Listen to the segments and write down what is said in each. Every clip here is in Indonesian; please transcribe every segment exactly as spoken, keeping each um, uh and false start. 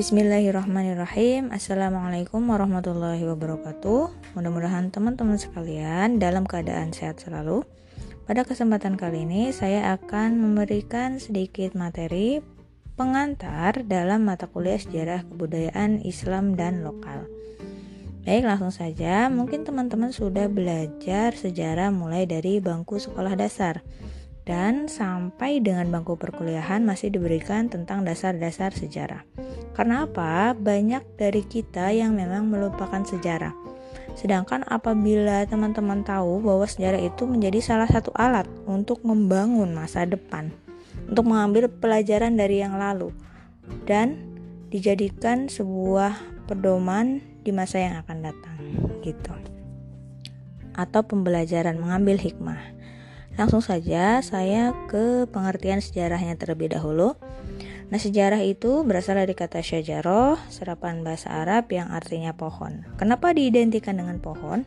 Bismillahirrahmanirrahim. Assalamualaikum warahmatullahi wabarakatuh. Mudah-mudahan teman-teman sekalian dalam keadaan sehat selalu. Pada kesempatan kali ini saya akan memberikan sedikit materi pengantar dalam mata kuliah Sejarah Kebudayaan Islam dan Lokal. Baik, langsung saja. Mungkin teman-teman sudah belajar sejarah mulai dari bangku sekolah dasar dan sampai dengan bangku perkuliahan masih diberikan tentang dasar-dasar sejarah. Karena apa? Banyak dari kita yang memang melupakan sejarah. Sedangkan apabila teman-teman tahu bahwa sejarah itu menjadi salah satu alat untuk membangun masa depan, untuk mengambil pelajaran dari yang lalu, dan dijadikan sebuah pedoman di masa yang akan datang, gitu. Atau pembelajaran, mengambil hikmah. Langsung saja saya ke pengertian sejarahnya terlebih dahulu. Nah, sejarah itu berasal dari kata syajaroh, serapan bahasa Arab yang artinya pohon. Kenapa diidentikan dengan pohon?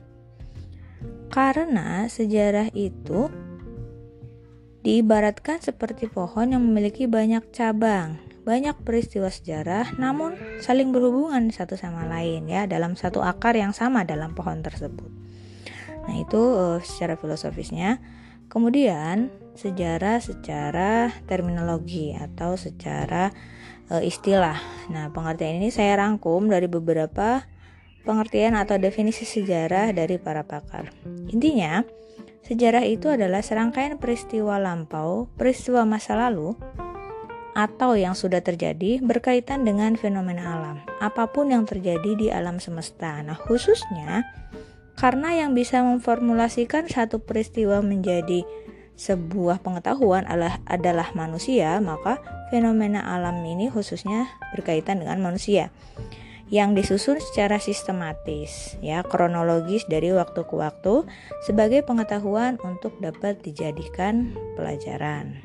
Karena sejarah itu diibaratkan seperti pohon yang memiliki banyak cabang, banyak peristiwa sejarah, namun saling berhubungan satu sama lain ya dalam satu akar yang sama dalam pohon tersebut. Nah, itu uh, secara filosofisnya. Kemudian sejarah secara terminologi atau secara e, istilah. Nah, pengertian ini saya rangkum dari beberapa pengertian atau definisi sejarah dari para pakar. Intinya, sejarah itu adalah serangkaian peristiwa lampau, peristiwa masa lalu, atau yang sudah terjadi berkaitan dengan fenomena alam, apapun yang terjadi di alam semesta. Nah, khususnya karena yang bisa memformulasikan satu peristiwa menjadi sebuah pengetahuan adalah, adalah manusia, maka fenomena alam ini khususnya berkaitan dengan manusia yang disusun secara sistematis, ya, kronologis dari waktu ke waktu sebagai pengetahuan untuk dapat dijadikan pelajaran.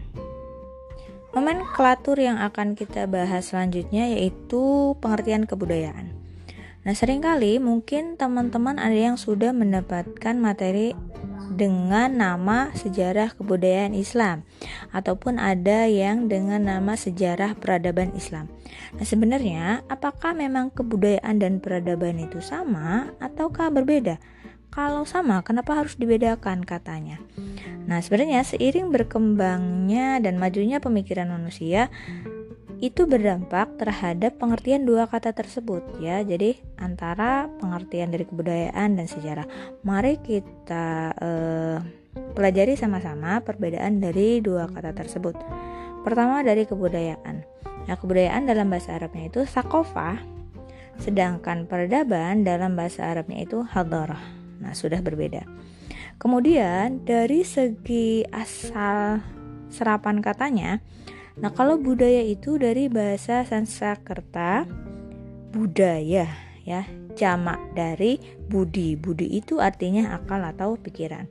Nomenklatur yang akan kita bahas selanjutnya yaitu pengertian kebudayaan. Nah, seringkali mungkin teman-teman ada yang sudah mendapatkan materi dengan nama sejarah kebudayaan Islam ataupun ada yang dengan nama sejarah peradaban Islam. Nah, sebenarnya apakah memang kebudayaan dan peradaban itu sama ataukah berbeda? Kalau sama, kenapa harus dibedakan katanya? Nah, sebenarnya seiring berkembangnya dan majunya pemikiran manusia, itu berdampak terhadap pengertian dua kata tersebut ya. Jadi antara pengertian dari kebudayaan dan sejarah. Mari kita eh, pelajari sama-sama perbedaan dari dua kata tersebut. Pertama dari kebudayaan. Nah, kebudayaan dalam bahasa Arabnya itu sakofah, sedangkan peradaban dalam bahasa Arabnya itu hadarah. Nah, sudah berbeda. Kemudian dari segi asal serapan katanya, nah, kalau budaya itu dari bahasa Sanskerta budaya ya, jamak dari budi. Budi itu artinya akal atau pikiran.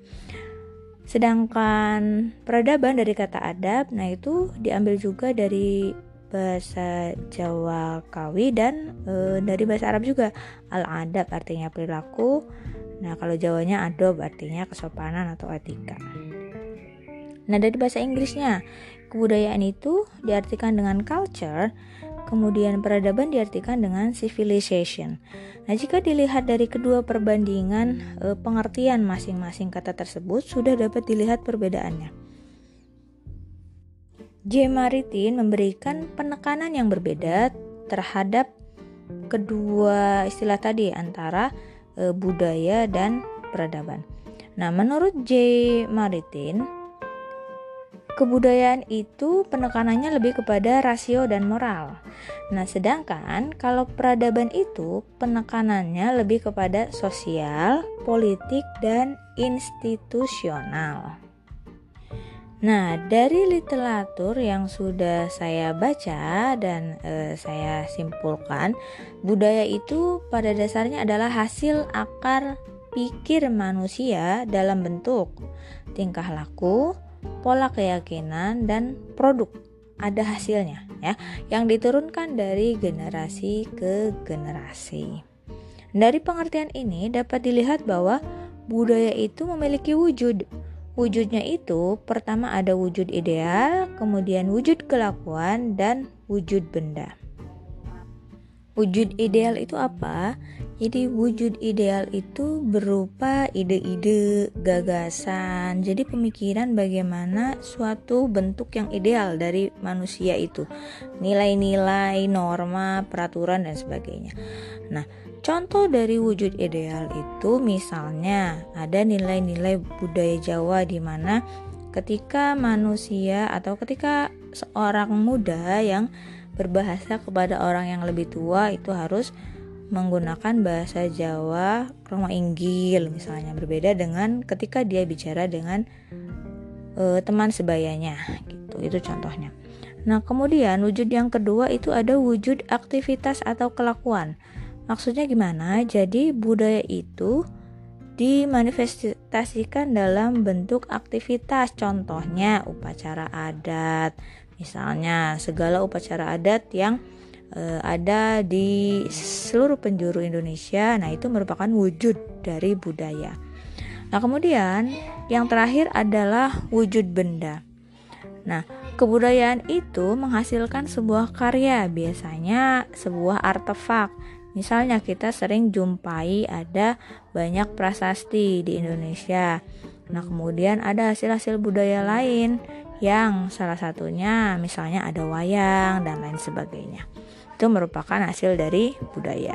Sedangkan peradaban dari kata adab, nah itu diambil juga dari bahasa Jawa Kawi dan e, dari bahasa Arab juga. Al-adab artinya perilaku. Nah, kalau Jawanya adob artinya kesopanan atau etika. Nah, dari bahasa Inggrisnya, kebudayaan itu diartikan dengan culture, kemudian peradaban diartikan dengan civilization. Nah, jika dilihat dari kedua perbandingan e, pengertian masing-masing kata tersebut, sudah dapat dilihat perbedaannya. J. Maritin memberikan penekanan yang berbeda terhadap kedua istilah tadi antara e, budaya dan peradaban. Nah, menurut J. Maritin, kebudayaan itu penekanannya lebih kepada rasio dan moral. Nah, sedangkan kalau peradaban itu penekanannya lebih kepada sosial, politik, dan institusional. Nah, dari literatur yang sudah saya baca dan e, saya simpulkan, budaya itu pada dasarnya adalah hasil akar pikir manusia dalam bentuk tingkah laku, pola keyakinan, dan produk. Ada hasilnya ya, yang diturunkan dari generasi ke generasi. Dari pengertian ini dapat dilihat bahwa budaya itu memiliki wujud. Wujudnya itu pertama ada wujud ideal, kemudian wujud kelakuan, dan wujud benda. Wujud ideal itu apa? Jadi wujud ideal itu berupa ide-ide, gagasan. Jadi pemikiran bagaimana suatu bentuk yang ideal dari manusia itu. Nilai-nilai, norma, peraturan dan sebagainya. Nah, contoh dari wujud ideal itu misalnya ada nilai-nilai budaya Jawa di mana ketika manusia atau ketika seorang muda yang berbahasa kepada orang yang lebih tua itu harus menggunakan bahasa Jawa Romo Inggil misalnya, berbeda dengan ketika dia bicara dengan e, teman sebayanya gitu. Itu contohnya. Nah, kemudian wujud yang kedua itu ada wujud aktivitas atau kelakuan. Maksudnya gimana? Jadi budaya itu dimanifestasikan dalam bentuk aktivitas, contohnya upacara adat. Misalnya segala upacara adat yang Uh, ada di seluruh penjuru Indonesia. Nah, itu merupakan wujud dari budaya. Nah, kemudian yang terakhir adalah wujud benda. Nah, kebudayaan itu menghasilkan sebuah karya, biasanya sebuah artefak. Misalnya kita sering jumpai ada banyak prasasti di Indonesia. Nah, kemudian ada hasil-hasil budaya lain yang salah satunya misalnya ada wayang dan lain sebagainya. Itu merupakan hasil dari budaya.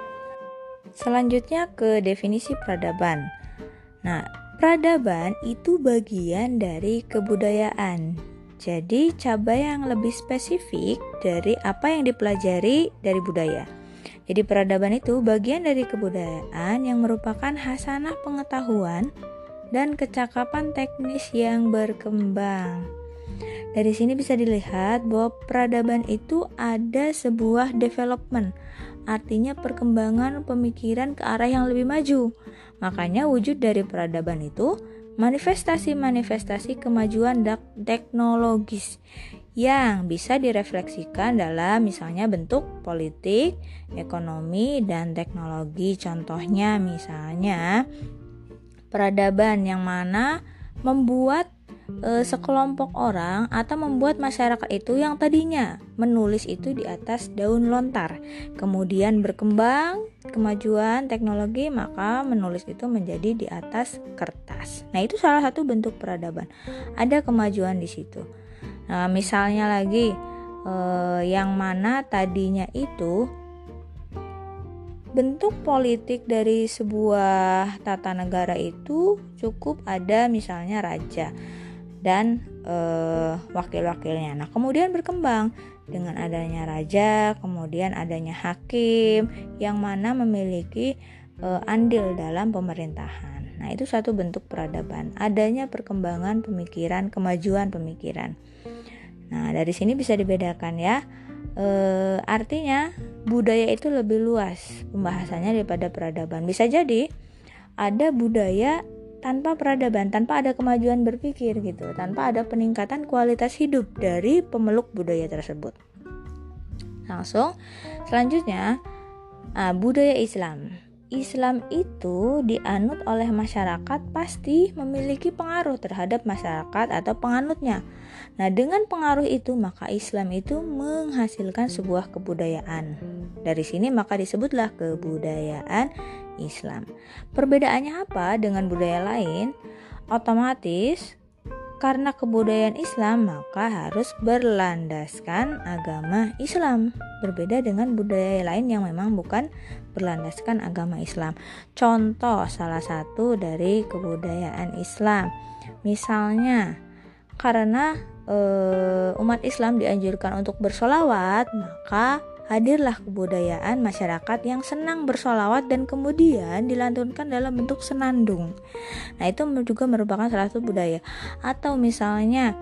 Selanjutnya ke definisi peradaban. Nah, peradaban itu bagian dari kebudayaan. Jadi cabang yang lebih spesifik dari apa yang dipelajari dari budaya. Jadi peradaban itu bagian dari kebudayaan yang merupakan hasanah pengetahuan dan kecakapan teknis yang berkembang. Dari sini bisa dilihat bahwa peradaban itu ada sebuah development, artinya perkembangan pemikiran ke arah yang lebih maju. Makanya wujud dari peradaban itu manifestasi-manifestasi kemajuan teknologis yang bisa direfleksikan dalam misalnya bentuk politik, ekonomi, dan teknologi. Contohnya misalnya peradaban yang mana membuat e, sekelompok orang atau membuat masyarakat itu yang tadinya menulis itu di atas daun lontar, kemudian berkembang kemajuan teknologi maka menulis itu menjadi di atas kertas. Nah, itu salah satu bentuk peradaban. Ada kemajuan di situ. Nah, misalnya lagi e, yang mana tadinya itu bentuk politik dari sebuah tata negara itu cukup ada misalnya raja dan e, wakil-wakilnya. Nah, kemudian berkembang dengan adanya raja, kemudian adanya hakim yang mana memiliki e, andil dalam pemerintahan. Nah, itu satu bentuk peradaban, adanya perkembangan pemikiran, kemajuan pemikiran. Nah, dari sini bisa dibedakan ya. E, artinya budaya itu lebih luas pembahasannya daripada peradaban. Bisa jadi ada budaya tanpa peradaban, tanpa ada kemajuan berpikir gitu, tanpa ada peningkatan kualitas hidup dari pemeluk budaya tersebut. Langsung selanjutnya ah, budaya Islam. Islam itu dianut oleh masyarakat pasti memiliki pengaruh terhadap masyarakat atau penganutnya. Nah, dengan pengaruh itu maka Islam itu menghasilkan sebuah kebudayaan. Dari sini maka disebutlah kebudayaan Islam. Perbedaannya apa dengan budaya lain? Otomatis karena kebudayaan Islam maka harus berlandaskan agama Islam. Berbeda dengan budaya lain yang memang bukan berlandaskan agama Islam. Contoh salah satu dari kebudayaan Islam. Misalnya karena e, umat Islam dianjurkan untuk bersolawat, maka hadirlah kebudayaan masyarakat yang senang bersolawat dan kemudian dilantunkan dalam bentuk senandung. Nah, itu juga merupakan salah satu budaya. Atau misalnya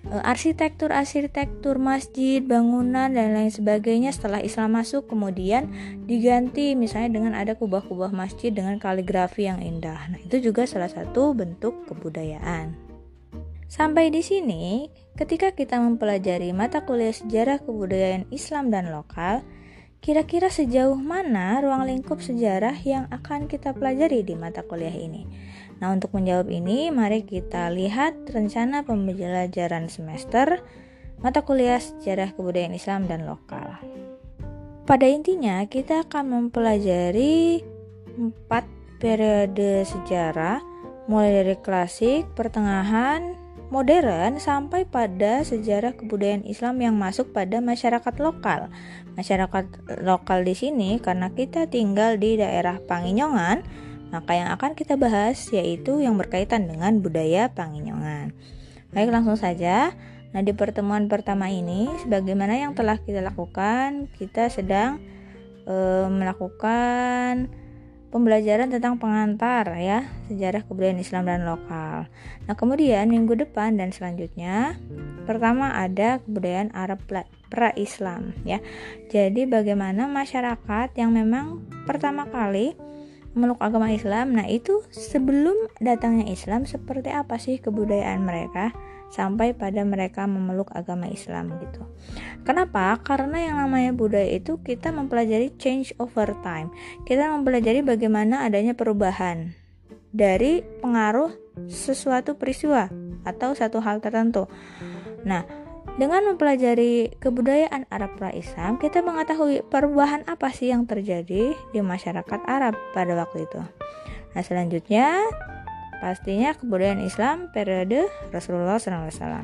arsitektur-arsitektur masjid, bangunan dan lain sebagainya setelah Islam masuk kemudian diganti misalnya dengan ada kubah-kubah masjid dengan kaligrafi yang indah. Nah, itu juga salah satu bentuk kebudayaan. Sampai di sini, ketika kita mempelajari mata kuliah sejarah kebudayaan Islam dan lokal, kira-kira sejauh mana ruang lingkup sejarah yang akan kita pelajari di mata kuliah ini? Nah, untuk menjawab ini, mari kita lihat rencana pembelajaran semester mata kuliah sejarah kebudayaan Islam dan lokal. Pada intinya kita akan mempelajari empat periode sejarah, mulai dari klasik, pertengahan, modern, sampai pada sejarah kebudayaan Islam yang masuk pada masyarakat lokal. Masyarakat lokal di sini karena kita tinggal di daerah Panginyongan, maka yang akan kita bahas yaitu yang berkaitan dengan budaya Panginyongan. Baik, langsung saja. Nah, di pertemuan pertama ini, sebagaimana yang telah kita lakukan, kita sedang e, melakukan pembelajaran tentang pengantar ya, sejarah kebudayaan Islam dan lokal. Nah, kemudian minggu depan dan selanjutnya, pertama ada kebudayaan Arab pra-Islam ya. Jadi bagaimana masyarakat yang memang pertama kali memeluk agama Islam, nah itu sebelum datangnya Islam seperti apa sih kebudayaan mereka sampai pada mereka memeluk agama Islam gitu. Kenapa? Karena yang namanya budaya itu kita mempelajari change over time. Kita mempelajari bagaimana adanya perubahan dari pengaruh sesuatu peristiwa atau satu hal tertentu. Nah, dengan mempelajari kebudayaan Arab pra-Islam, kita mengetahui perubahan apa sih yang terjadi di masyarakat Arab pada waktu itu. Nah, selanjutnya pastinya kebudayaan Islam periode Rasulullah shallallahu alaihi wasallam.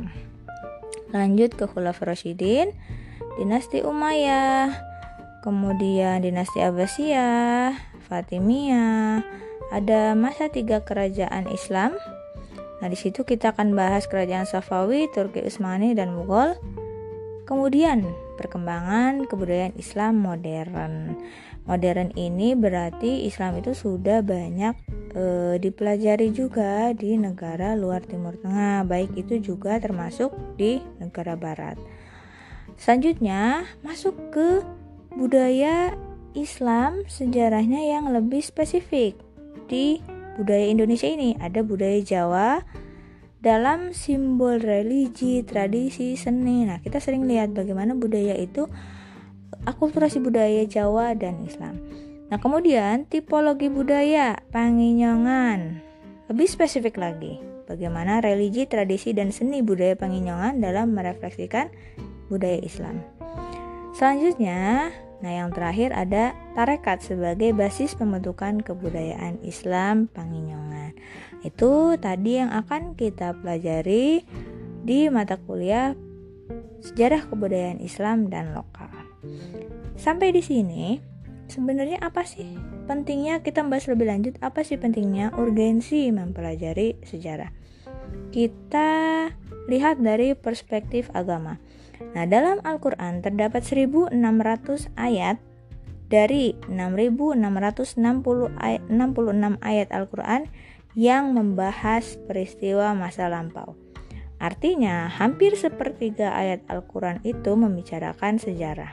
Lanjut ke Khulafaur Rasyidin, dinasti Umayyah, kemudian dinasti Abbasiyah, Fatimiyah, ada masa tiga kerajaan Islam. Nah, di situ kita akan bahas kerajaan Safawi, Turki Utsmani, dan Mughal. Kemudian perkembangan kebudayaan Islam modern. Modern ini berarti Islam itu sudah banyak e, dipelajari juga di negara luar Timur Tengah, baik itu juga termasuk di negara Barat. Selanjutnya masuk ke budaya Islam, sejarahnya yang lebih spesifik. Di budaya Indonesia ini ada budaya Jawa dalam simbol religi, tradisi, seni. Nah, kita sering lihat bagaimana budaya itu, akulturasi budaya Jawa dan Islam. Nah, kemudian tipologi budaya Panginyongan, lebih spesifik lagi, bagaimana religi, tradisi, dan seni budaya Panginyongan dalam merefleksikan budaya Islam. Selanjutnya, nah yang terakhir ada tarekat sebagai basis pembentukan kebudayaan Islam Panginyongan. Itu tadi yang akan kita pelajari di mata kuliah sejarah kebudayaan Islam dan lokal. Sampai di sini, sebenarnya apa sih pentingnya kita bahas lebih lanjut, apa sih pentingnya urgensi mempelajari sejarah? Kita lihat dari perspektif agama. Nah, dalam Al-Quran terdapat seribu enam ratus ayat. Dari enam ribu enam ratus enam puluh enam ayat Al-Quran yang membahas peristiwa masa lampau. Artinya, hampir sepertiga ayat Al-Quran itu membicarakan sejarah.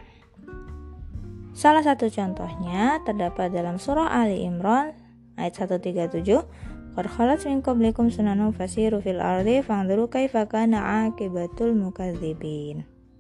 Salah satu contohnya terdapat dalam surah Ali Imran ayat seratus tiga puluh tujuh. Qad khalat min qablikum sunanun fasiru fil ardi fanzuru kaifa kana aqibatul mukadzibin.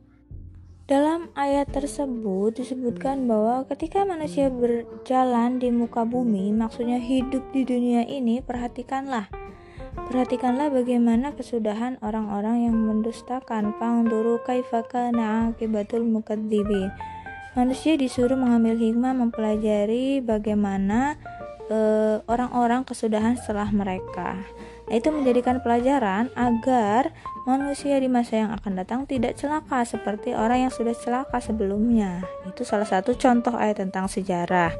Dalam ayat tersebut disebutkan bahwa ketika manusia berjalan di muka bumi, maksudnya hidup di dunia ini, perhatikanlah Perhatikanlah bagaimana kesudahan orang-orang yang mendustakan. Fanzuru kaifa kana aqibatul mukadzibin. Manusia disuruh mengambil hikmah, mempelajari bagaimana e, orang-orang kesudahan setelah mereka. Nah, itu menjadikan pelajaran agar manusia di masa yang akan datang tidak celaka seperti orang yang sudah celaka sebelumnya. Itu salah satu contoh ayat tentang sejarah.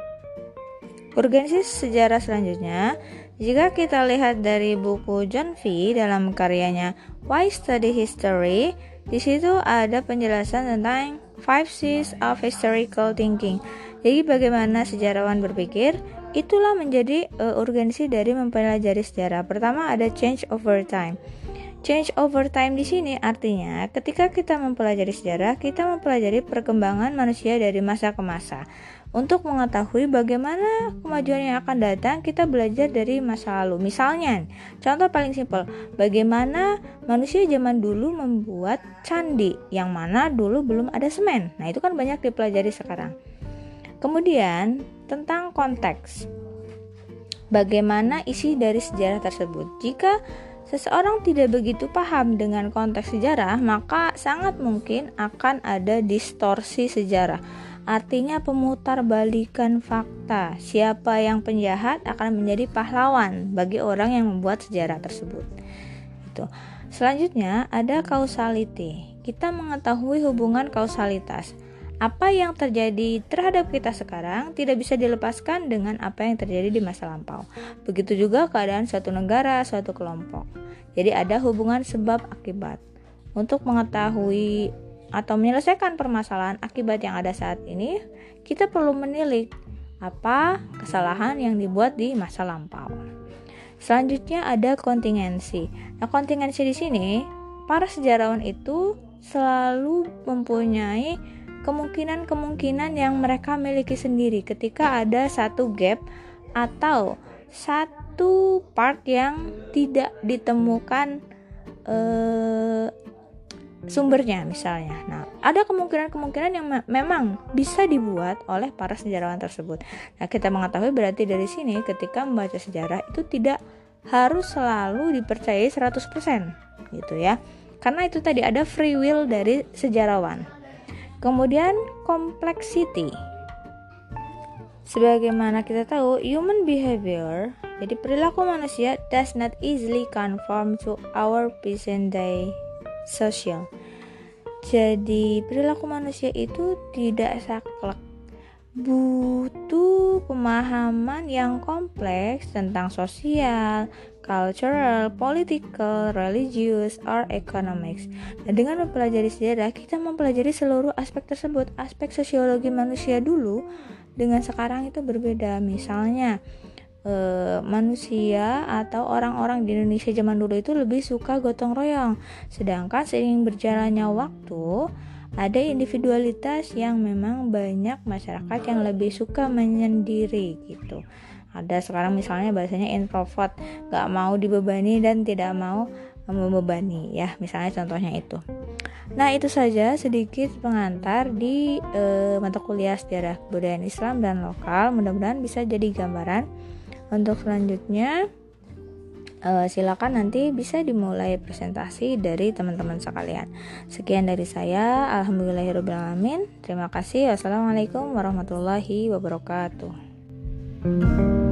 Urgensi sejarah selanjutnya, jika kita lihat dari buku John V dalam karyanya Why Study History, di situ ada penjelasan tentang Five C's of Historical Thinking. Jadi bagaimana sejarawan berpikir, itulah menjadi uh, urgensi dari mempelajari sejarah. Pertama ada change over time. Change over time di sini artinya ketika kita mempelajari sejarah, kita mempelajari perkembangan manusia dari masa ke masa. Untuk mengetahui bagaimana kemajuan yang akan datang, kita belajar dari masa lalu. Misalnya, contoh paling simpel, bagaimana manusia zaman dulu membuat candi, yang mana dulu belum ada semen. Nah, itu kan banyak dipelajari sekarang. Kemudian, tentang konteks. Bagaimana isi dari sejarah tersebut? Jika seseorang tidak begitu paham dengan konteks sejarah, maka sangat mungkin akan ada distorsi sejarah. artinya pemutarbalikan fakta. Siapa yang penjahat akan menjadi pahlawan bagi orang yang membuat sejarah tersebut. Itu. Selanjutnya ada causality. Kita mengetahui hubungan kausalitas. Apa yang terjadi terhadap kita sekarang tidak bisa dilepaskan dengan apa yang terjadi di masa lampau. Begitu juga keadaan suatu negara, suatu kelompok. Jadi ada hubungan sebab akibat. Untuk mengetahui atau menyelesaikan permasalahan akibat yang ada saat ini, kita perlu menilik apa kesalahan yang dibuat di masa lampau. Selanjutnya ada kontingensi. Nah, kontingensi di sini para sejarawan itu selalu mempunyai kemungkinan-kemungkinan yang mereka miliki sendiri ketika ada satu gap atau satu part yang tidak ditemukan eh, sumbernya misalnya. Nah, ada kemungkinan-kemungkinan yang me- memang bisa dibuat oleh para sejarawan tersebut. Nah, kita mengetahui berarti dari sini ketika membaca sejarah itu tidak harus selalu dipercayai seratus persen gitu ya. Karena itu tadi ada free will dari sejarawan. Kemudian complexity. Sebagaimana kita tahu, human behavior, jadi perilaku manusia does not easily conform to our present day social. Jadi perilaku manusia itu tidak saklek, butuh pemahaman yang kompleks tentang sosial, cultural, political, religious, or economics. Nah, dengan mempelajari sejarah, kita mempelajari seluruh aspek tersebut. Aspek sosiologi manusia dulu dengan sekarang itu berbeda. Misalnya, eh, manusia atau orang-orang di Indonesia zaman dulu itu lebih suka gotong royong. Sedangkan seiring berjalannya waktu, ada individualitas yang memang banyak masyarakat yang lebih suka menyendiri gitu. Ada sekarang misalnya bahasanya introvert, gak mau dibebani dan tidak mau membebani ya, misalnya contohnya itu. Nah, itu saja sedikit pengantar di e, mata kuliah sejarah kebudayaan Islam dan lokal. Mudah-mudahan bisa jadi gambaran. Untuk selanjutnya e, silakan nanti bisa dimulai presentasi dari teman-teman sekalian. Sekian dari saya. Alhamdulillahirabbil alamin. Terima kasih. Wassalamualaikum warahmatullahi wabarakatuh.